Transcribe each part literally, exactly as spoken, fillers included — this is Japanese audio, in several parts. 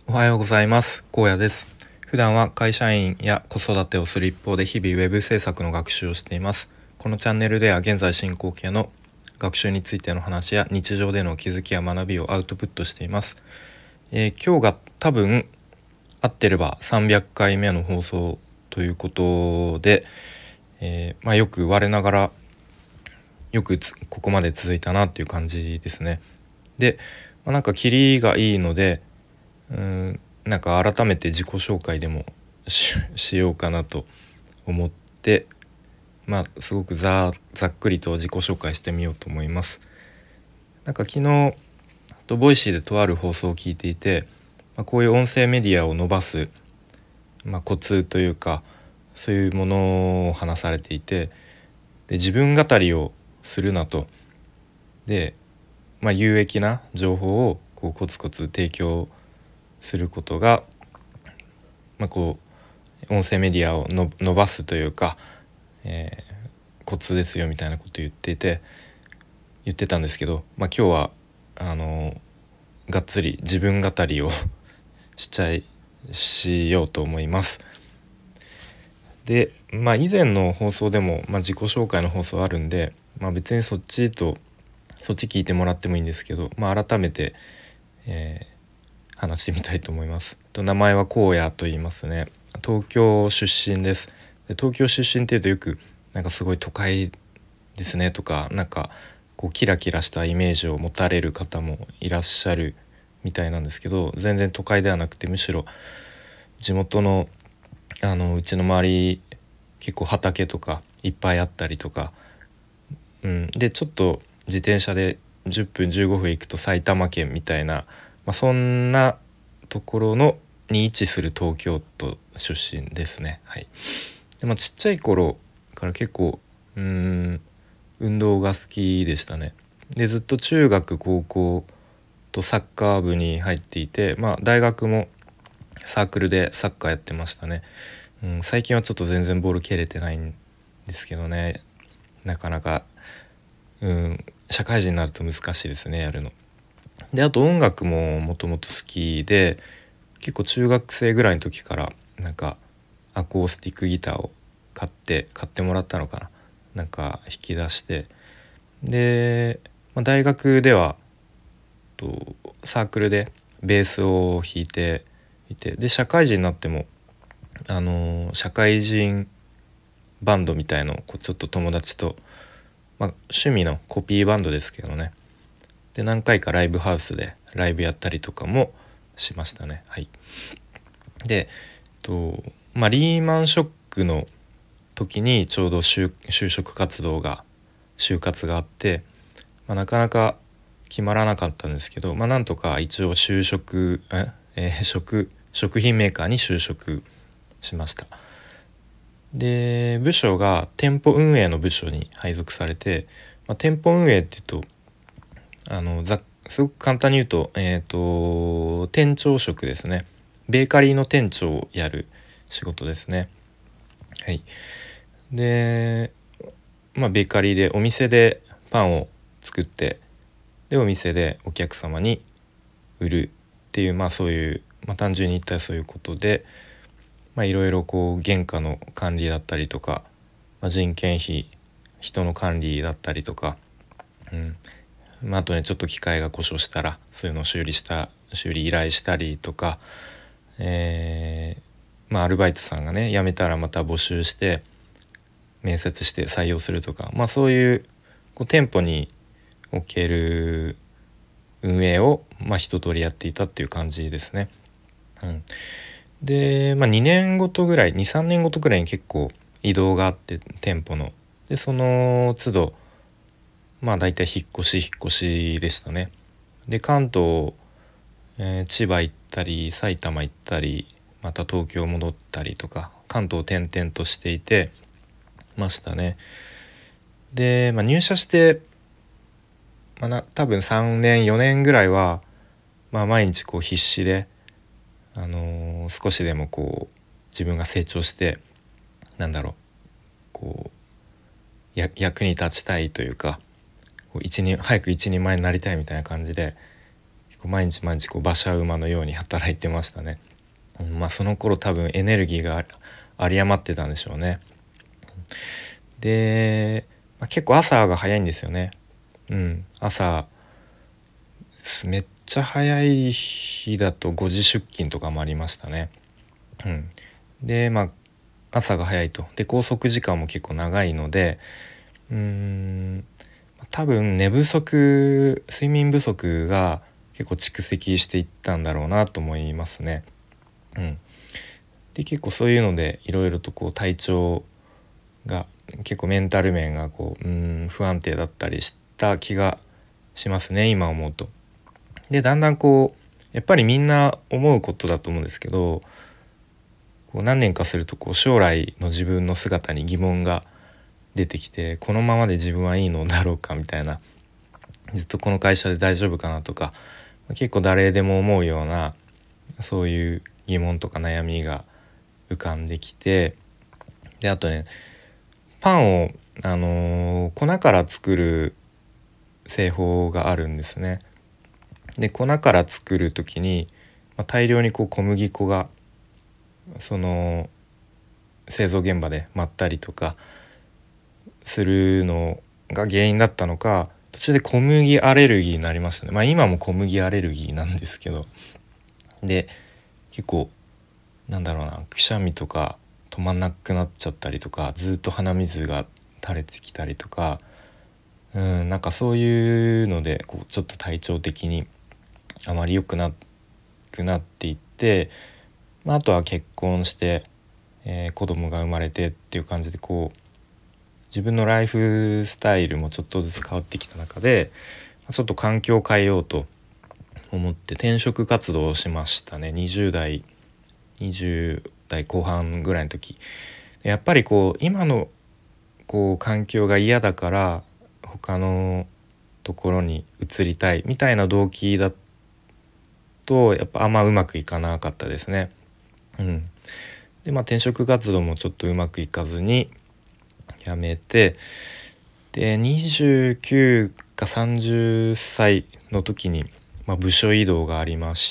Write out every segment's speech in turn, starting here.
おはようございます。高野です。普段は会社員や子育てをする一方で日々ウェブ制作の学習をしています。このチャンネルでは現在進行形の学習についての話や日常での気づきや学びをアウトプットしています。えー今日が多分合ってればさんびゃっかいめの放送ということで、えーまあ、よく我ながらよくつここまで続いたなっていう感じですね。で、まあ、なんかキリがいいのでうーんなんか改めて自己紹介でもし、しようかなと思って、まあすごくざざっくりと自己紹介してみようと思います。なんか昨日とボイシーでとある放送を聞いていて、まあ、こういう音声メディアを伸ばす、まあ、コツというかそういうものを話されていて、で自分語りをするなと。で、まあ、有益な情報をこうコツコツ提供することが、まあ、こう音声メディアをの伸ばすというか、えーコツですよみたいなことを言っていて言ってたんですけど、まあ、今日はあのがっつり自分語りをしちゃいしようと思います。で、まあ、以前の放送でも、まあ、自己紹介の放送あるんで、まあ、別にそっちとそっち聞いてもらってもいいんですけど、まあ、改めて、えー話してみたいと思います。と名前は荒野と言いますね。東京出身です。で東京出身っていうとよくなんかすごい都会ですねとか、なんかこうキラキラしたイメージを持たれる方もいらっしゃるみたいなんですけど、全然都会ではなくてむしろ地元のあのうちの周り結構畑とかいっぱいあったりとか、うん、でちょっと自転車でじゅっぷんじゅうごふん行くと埼玉県みたいな、まあ、そんなところのに位置する東京都出身ですね。はい。で、まあ、ちっちゃい頃から結構うーん運動が好きでしたね。でずっと中学高校とサッカー部に入っていて、まあ、大学もサークルでサッカーやってましたね。うん、最近はちょっと全然ボール蹴れてないんですけどね、なかなか、うん、社会人になると難しいですね、やるの。であと音楽ももともと好きで、結構中学生ぐらいの時からなんかアコースティックギターを買って買ってもらったのかな、なんか弾き出して、で、まあ、大学ではとサークルでベースを弾いていて、で社会人になってもあの社会人バンドみたいのをこうちょっと友達と、まあ、趣味のコピーバンドですけどね、で何回かライブハウスでライブやったりとかもしましたね。はい。でと、まあ、リーマンショックの時にちょうど就、就職活動が就活があって、まあ、なかなか決まらなかったんですけど、まあ、なんとか一応就職え、えー食食品メーカーに就職しました。で部署が店舗運営の部署に配属されて、まあ、店舗運営っていうとあのざすごく簡単に言うと、えーと店長職ですね。ベーカリーの店長をやる仕事ですね。はい。で、まあ、ベーカリーでお店でパンを作って、でお店でお客様に売るっていう、まあそういう、まあ、単純に言ったらそういうことで、まあいろいろこう原価の管理だったりとか、まあ、人件費人の管理だったりとか、うんまあ、あとねちょっと機械が故障したらそういうのを修理した修理依頼したりとか、えーまあアルバイトさんがね辞めたらまた募集して面接して採用するとか、まあそういう、こう店舗における運営を、まあ、一通りやっていたっていう感じですね。うん、で、まあ、にねんごとぐらいにさんねんごとぐらいに結構移動があって、店舗のでその都度まあ大体引っ越し引っ越しでしたね。で関東、えー千葉行ったり埼玉行ったりまた東京戻ったりとか関東を転々としていてましたね。で、まあ、入社して、まあ、な多分さんねんよねんぐらいは、まあ、毎日こう必死で、あのー少しでもこう自分が成長してなんだろうこうや役に立ちたいというかこう一人早く一人前になりたいみたいな感じで結構毎日毎日こう馬車馬のように働いてましたね。うん、まあその頃多分エネルギーが有り余ってたんでしょうね。で、まあ、結構朝が早いんですよね。うん、朝めっちゃ早い日だとごじ出勤とかもありましたね。うん、でまあ朝が早いと。で拘束時間も結構長いので、うーん多分寝不足睡眠不足が結構蓄積していったんだろうなと思いますね。うん、で結構そういうのでいろいろとこう体調が結構メンタル面がこう、うーん不安定だったりした気がしますね、今思うと。でだんだんこうやっぱりみんな思うことだと思うんですけど、こう何年かするとこう将来の自分の姿に疑問が出てきて、このままで自分はいいのだろうかみたいな、ずっとこの会社で大丈夫かなとか、結構誰でも思うようなそういう疑問とか悩みが浮かんできて、であとねパンを、あのー粉から作る製法があるんですね。で粉から作る時に、まあ、大量にこう小麦粉がその製造現場で舞ったりとかするのが原因だったのか、途中で小麦アレルギーになりましたね。まあ今も小麦アレルギーなんですけど、で結構なんだろうな、くしゃみとか止まんなくなっちゃったりとか、ずっと鼻水が垂れてきたりとか、うんなんかそういうのでこうちょっと体調的にあまり良くなくなっていって、まあ、あとは結婚して、えー子供が生まれてっていう感じでこう自分のライフスタイルもちょっとずつ変わってきた中で、ちょっと環境を変えようと思って転職活動をしましたね。にじゅう代にじゅう代後半ぐらいの時、やっぱりこう今のこう環境が嫌だから他のところに移りたいみたいな動機だとやっぱあんまうまくいかなかったですね。うん、でまあ転職活動もちょっとうまくいかずに辞めて、でにじゅうきゅうかさんじゅっさいの時に、まあ、部署移動がありまして、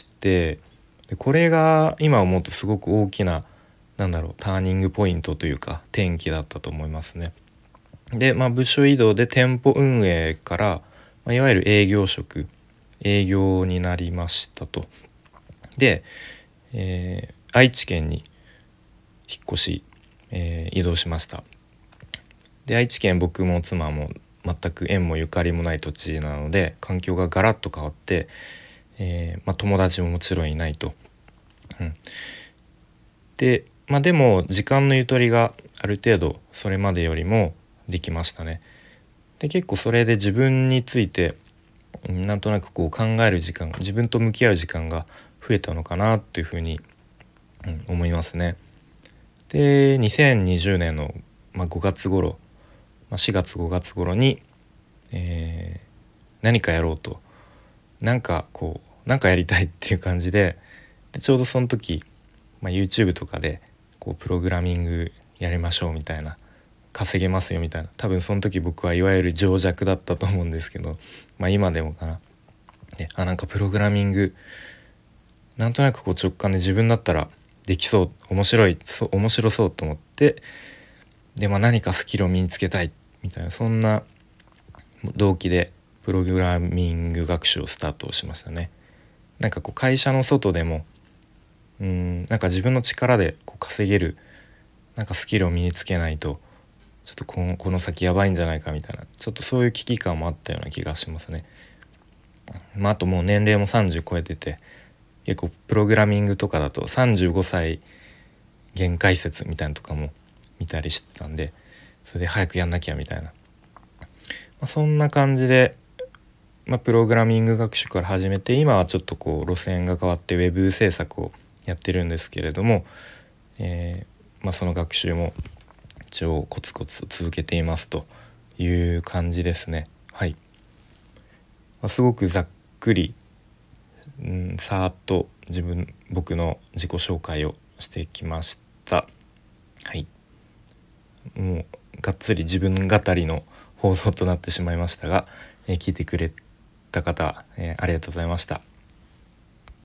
でこれが今思うとすごく大きななんだろうターニングポイントというか転機だったと思いますね。で、まあ、部署移動で店舗運営から、まあ、いわゆる営業職営業になりましたと。で、えー愛知県に引っ越し、えー移動しました。で愛知県僕も妻も全く縁もゆかりもない土地なので環境がガラッと変わって、えーまあ、友達ももちろんいないと。うん、で、まあ、でも時間のゆとりがある程度それまでよりもできましたね。で結構それで自分についてうんなんとなくこう考える時間、自分と向き合う時間が増えたのかなというふうに、うん、思いますね。でにせんにじゅうねんの、まあ、ごがつ頃、まあ、しがつごがつ頃に、えー何かやろうと、なんかこうなんかやりたいっていう感じで、でちょうどその時、まあ、YouTube とかでこうプログラミングやりましょうみたいな、稼げますよみたいな、多分その時僕はいわゆる情弱だったと思うんですけど、まあ今でもかな。であなんかプログラミングなんとなくこう直感で自分だったらできそう、面白いそう面白そうと思って、で、まあ、何かスキルを身につけたいみたいなそんな動機でプログラミング学習をスタートしましたね。なんかこう会社の外でもうーんなんか自分の力でこう稼げるなんかスキルを身につけないとちょっとこの、この先やばいんじゃないかみたいな、ちょっとそういう危機感もあったような気がしますね。まあ、あともう年齢もさんじゅう超えてて、結構プログラミングとかだとさんじゅうごさい限界説みたいなのとかも見たりしてたんで、それで早くやんなきゃみたいな、まあ、そんな感じで、まあ、プログラミング学習から始めて、今はちょっとこう路線が変わってウェブ制作をやってるんですけれども、えーまあ、その学習も一応コツコツ続けていますという感じですね。はい、まあ、すごくざっくり、うん、さーっと自分僕の自己紹介をしてきました。はい、もうがっつり自分語りの放送となってしまいましたが、えー聞いてくれた方、えーありがとうございました。